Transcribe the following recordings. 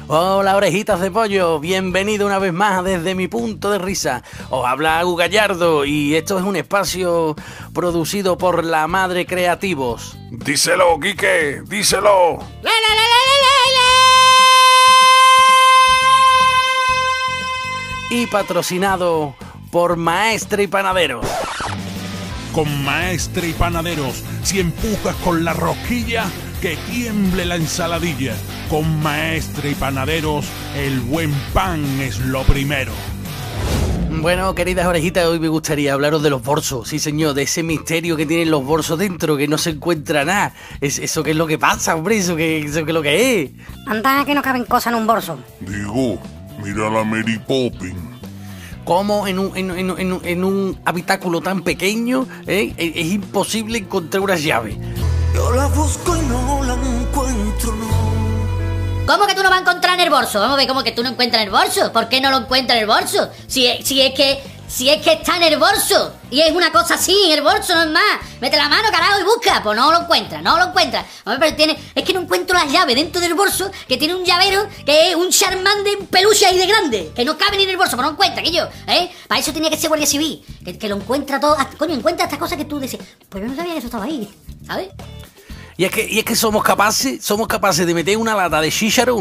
Hola, orejitas de pollo, bienvenido una vez más desde mi punto de risa. Os habla Agu Gallardo y esto es un espacio producido por La Madre Creativos. Díselo, Quique, díselo. Y patrocinado por Maestre y Panaderos. Con Maestre y Panaderos, si empujas con la rosquilla, que tiemble la ensaladilla. Con Maestre y Panaderos, el buen pan es lo primero. Bueno, queridas orejitas, hoy me gustaría hablaros de los bolsos, sí señor, de ese misterio que tienen los bolsos dentro, que no se encuentra nada. ¿Eso qué es lo que pasa, hombre? ¿Eso qué es lo que es? Anda, que no caben cosas en un bolso. Digo, mira la Mary Poppins. ¿Cómo en un habitáculo tan pequeño es imposible encontrar unas llaves? Yo la busco y no la encuentro, no. ¿Cómo que tú no vas a encontrar en el bolso? Vamos a ver, ¿cómo que tú no encuentras en el bolso? ¿Por qué no lo encuentras en el bolso? Si es que está en el bolso y es una cosa así, en el bolso no es más. Mete la mano, carajo, y busca. Pues no lo encuentras. Hombre, pero es que no encuentro las llaves dentro del bolso, que tiene un llavero que es un Charmander en peluche ahí de grande, que no cabe ni en el bolso, pues no encuentra, que yo, Para eso tenía que ser guardia civil, que lo encuentra todo. Coño, encuentra estas cosas que tú dices, pues yo no sabía que eso estaba ahí, ¿sabes? Y es que somos capaces de meter una lata de chícharo,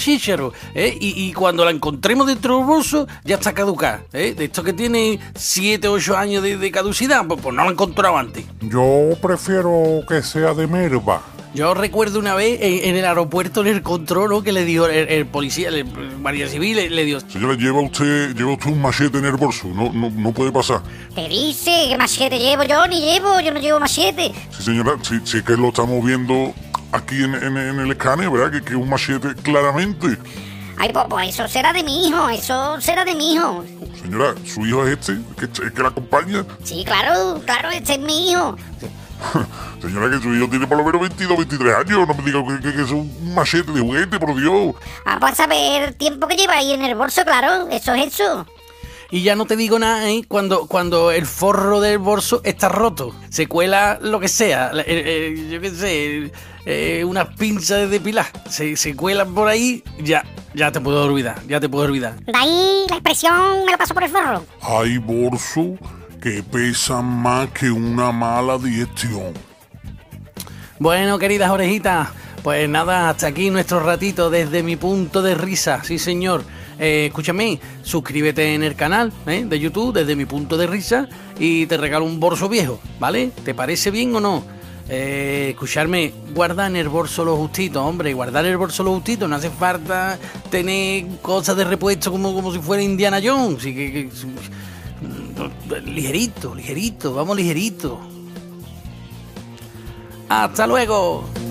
y cuando la encontremos dentro del bolso, ya está caducada, De esto que tiene 7, 8 años de caducidad, pues no la he encontrado antes. Yo prefiero que sea de merva. Yo recuerdo una vez en el aeropuerto, en el control, ¿no?, que le dijo el policía, el guardia civil, le dijo: Señora, lleva usted un machete en el bolso, no puede pasar. ¿Qué dice? ¿Qué machete llevo? Yo no llevo machete. Sí, señora, sí es que lo estamos viendo aquí en el escáner, ¿verdad? Que es un machete claramente. Ay, pues eso será de mi hijo, Señora, ¿su hijo es este? ¿Que la acompaña? Sí, claro, este es mi hijo. Señora, que su hijo tiene por lo menos 22, 23 años. No me diga que es un machete de juguete, por Dios. Vas a ver el tiempo que lleva ahí en el bolso, claro. Eso es eso. Y ya no te digo nada, cuando el forro del bolso está roto. Se cuela lo que sea, yo qué sé, unas pinzas de depilar. Se cuelan por ahí, ya te puedo olvidar. De ahí la expresión me lo paso por el forro. Hay bolsos que pesan más que una mala digestión. Bueno, queridas orejitas, pues nada, hasta aquí nuestro ratito desde mi punto de risa, sí señor. Escúchame, suscríbete en el canal de YouTube desde mi punto de risa y te regalo un bolso viejo, ¿vale? ¿Te parece bien o no? Escucharme, guarda en el bolso lo justito, hombre, guardar el bolso lo justito, no hace falta tener cosas de repuesto como si fuera Indiana Jones, así que ligerito, vamos ligerito. ¡Hasta luego!